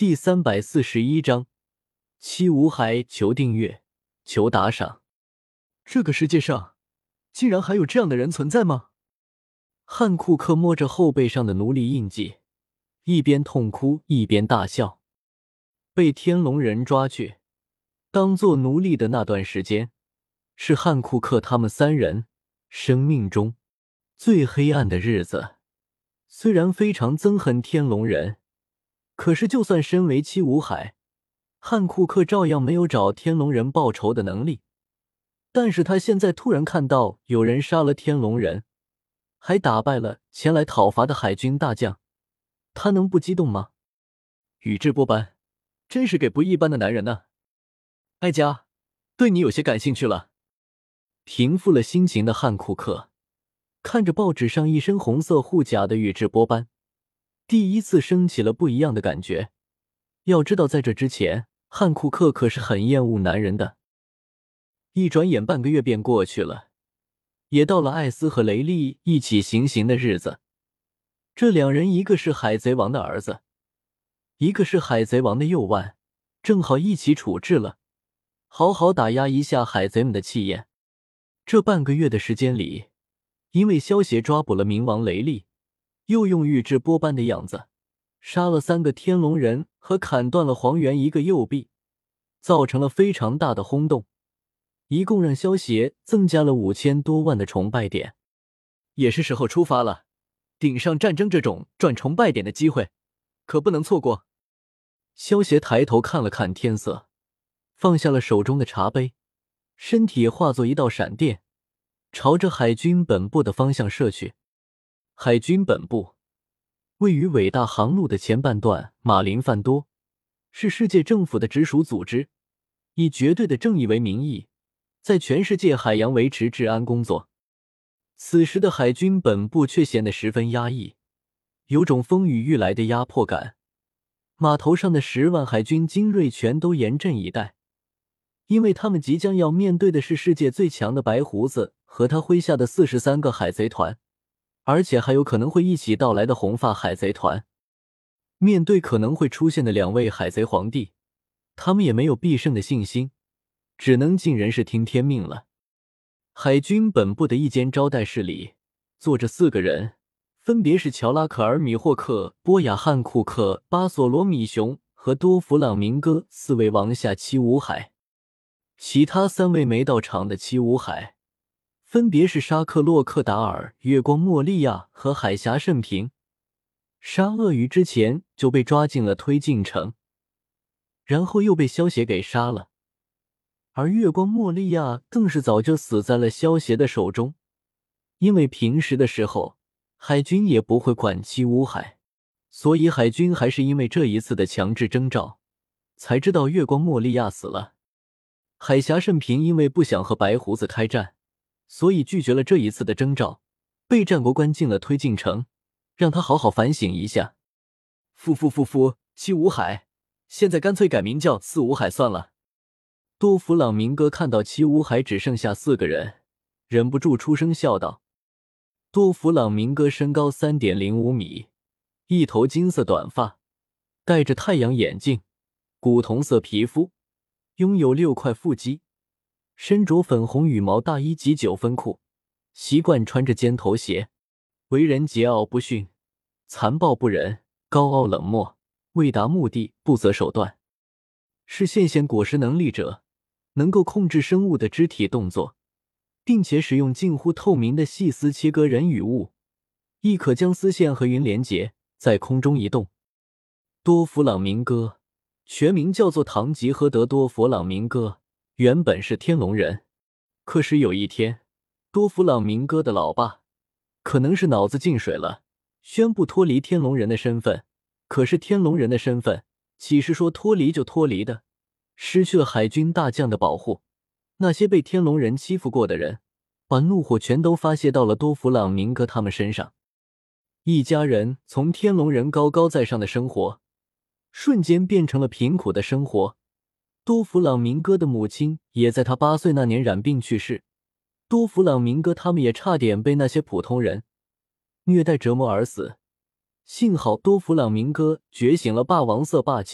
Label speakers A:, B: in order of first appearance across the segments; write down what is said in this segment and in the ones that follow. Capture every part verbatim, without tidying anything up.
A: 第三百四十一章，七武海求订阅，求打赏。
B: 这个世界上竟然还有这样的人存在吗？
A: 汉库克摸着后背上的奴隶印记，一边痛哭一边大笑。被天龙人抓去当做奴隶的那段时间，是汉库克他们三人生命中最黑暗的日子。虽然非常憎恨天龙人，可是就算身为七武海，汉库克照样没有找天龙人报仇的能力。但是他现在突然看到有人杀了天龙人，还打败了前来讨伐的海军大将，他能不激动吗？宇智波斑，真是给不一般的男人呢。哀家对你有些感兴趣了。平复了心情的汉库克看着报纸上一身红色护甲的宇智波斑，第一次升起了不一样的感觉。要知道在这之前，汉库克可是很厌恶男人的。一转眼半个月便过去了，也到了艾斯和雷利一起行刑的日子。这两人一个是海贼王的儿子，一个是海贼王的右腕，正好一起处置了，好好打压一下海贼们的气焰。这半个月的时间里，因为萧协抓捕了冥王雷利，又用宇智波斑的样子杀了三个天龙人和砍断了黄猿一个右臂，造成了非常大的轰动，一共让萧协增加了五千多万的崇拜点。也是时候出发了，顶上战争这种赚崇拜点的机会可不能错过。萧协抬头看了看天色，放下了手中的茶杯，身体化作一道闪电，朝着海军本部的方向射去。海军本部位于伟大航路的前半段，马林范多是世界政府的直属组织，以绝对的正义为名义，在全世界海洋维持治安工作。此时的海军本部却显得十分压抑，有种风雨欲来的压迫感。码头上的十万海军精锐全都严阵以待，因为他们即将要面对的是世界最强的白胡子和他麾下的四十三个海贼团，而且还有可能会一起到来的红发海贼团。面对可能会出现的两位海贼皇帝，他们也没有必胜的信心，只能尽人事听天命了。海军本部的一间招待室里坐着四个人，分别是乔拉可尔、米霍克、波雅、汉库克、巴索罗米雄和多弗朗明哥四位王下七武海。其他三位没到场的七武海分别是沙克洛克达尔、月光莫利亚和海峡圣平。沙鳄鱼之前就被抓进了推进城，然后又被萧协给杀了，而月光莫利亚更是早就死在了萧协的手中。因为平时的时候海军也不会管七武海，所以海军还是因为这一次的强制征召才知道月光莫利亚死了。海峡圣平因为不想和白胡子开战，所以拒绝了这一次的征召，被战国关进了推进城，让他好好反省一下。夫夫夫夫，七武海，现在干脆改名叫四武海算了。多弗朗明哥看到七武海只剩下四个人，忍不住出声笑道。多弗朗明哥身高 三点零五米，一头金色短发，戴着太阳眼镜，古铜色皮肤，拥有六块腹肌，身着粉红羽毛大衣及九分裤，习惯穿着尖头鞋，为人桀骜不驯，残暴不仁，高傲冷漠，为达目的不择手段，是线线果实能力者，能够控制生物的肢体动作，并且使用近乎透明的细丝切割人与物，亦可将丝线和云连结，在空中移动。多弗朗明哥全名叫做唐吉诃德多弗朗明哥，原本是天龙人，可是有一天多弗朗明哥的老爸可能是脑子进水了，宣布脱离天龙人的身份。可是天龙人的身份岂是说脱离就脱离的，失去了海军大将的保护，那些被天龙人欺负过的人把怒火全都发泄到了多弗朗明哥他们身上。一家人从天龙人高高在上的生活瞬间变成了贫苦的生活。多弗朗明哥的母亲也在他八岁那年染病去世，多弗朗明哥他们也差点被那些普通人虐待折磨而死。幸好多弗朗明哥觉醒了霸王色霸气，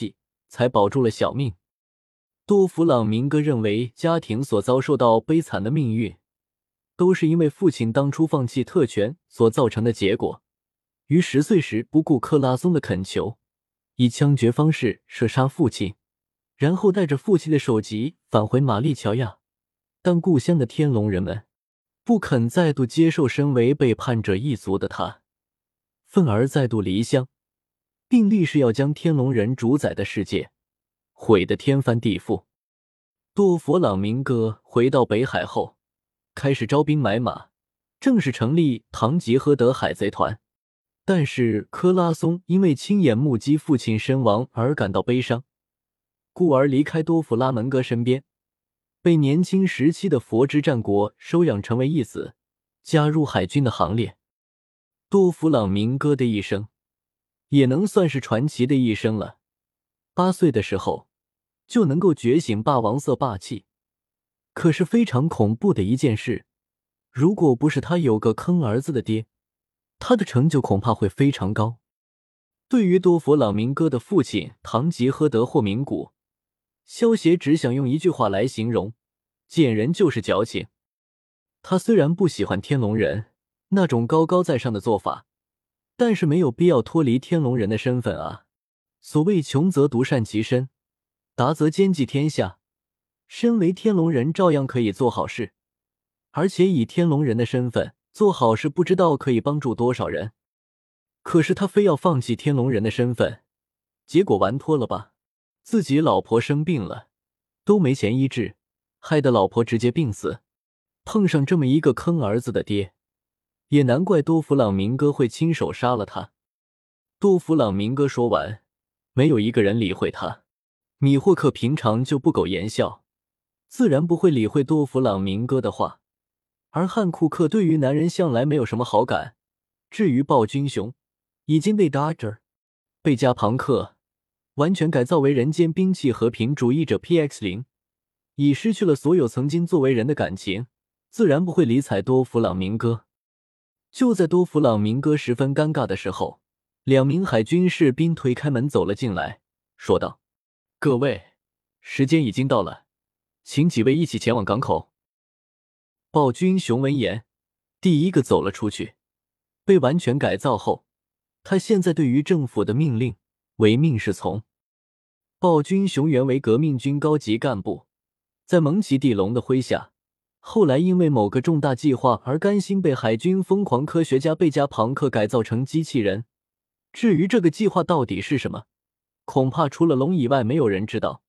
A: 才保住了小命。多弗朗明哥认为家庭所遭受到悲惨的命运，都是因为父亲当初放弃特权所造成的结果。于十岁时不顾克拉松的恳求，以枪决方式射杀父亲，然后带着父亲的首级返回玛丽乔亚。但故乡的天龙人们不肯再度接受身为背叛者一族的他，愤而再度离乡，并立誓要将天龙人主宰的世界毁得天翻地覆。多弗朗明哥回到北海后，开始招兵买马，正式成立唐吉诃德海贼团。但是科拉松因为亲眼目击父亲身亡而感到悲伤，故而离开多弗拉门哥身边，被年轻时期的佛之战国收养成为义子，加入海军的行列。多弗朗明哥的一生也能算是传奇的一生了。八岁的时候就能够觉醒霸王色霸气，可是非常恐怖的一件事，如果不是他有个坑儿子的爹，他的成就恐怕会非常高。对于多弗朗明哥的父亲唐吉诃德霍明古，萧协只想用一句话来形容，见人就是矫情。他虽然不喜欢天龙人那种高高在上的做法，但是没有必要脱离天龙人的身份啊。所谓穷则独善其身，达则兼济天下，身为天龙人照样可以做好事，而且以天龙人的身份做好事不知道可以帮助多少人。可是他非要放弃天龙人的身份，结果完脱了吧，自己老婆生病了都没钱医治，害得老婆直接病死。碰上这么一个坑儿子的爹，也难怪多弗朗明哥会亲手杀了他。多弗朗明哥说完，没有一个人理会他。米霍克平常就不苟言笑，自然不会理会多弗朗明哥的话，而汉库克对于男人向来没有什么好感。至于暴君熊，已经被 Doctor 贝加庞克完全改造为人间兵器和平主义者 P X 零， 已失去了所有曾经作为人的感情，自然不会理睬多弗朗明哥。就在多弗朗明哥十分尴尬的时候，两名海军士兵推开门走了进来，说道：各位，时间已经到了，请几位一起前往港口。暴君熊闻言第一个走了出去。被完全改造后，他现在对于政府的命令唯命是从。暴君熊原为革命军高级干部，在蒙奇地龙的麾下，后来因为某个重大计划而甘心被海军疯狂科学家贝加庞克改造成机器人。至于这个计划到底是什么，恐怕除了龙以外没有人知道。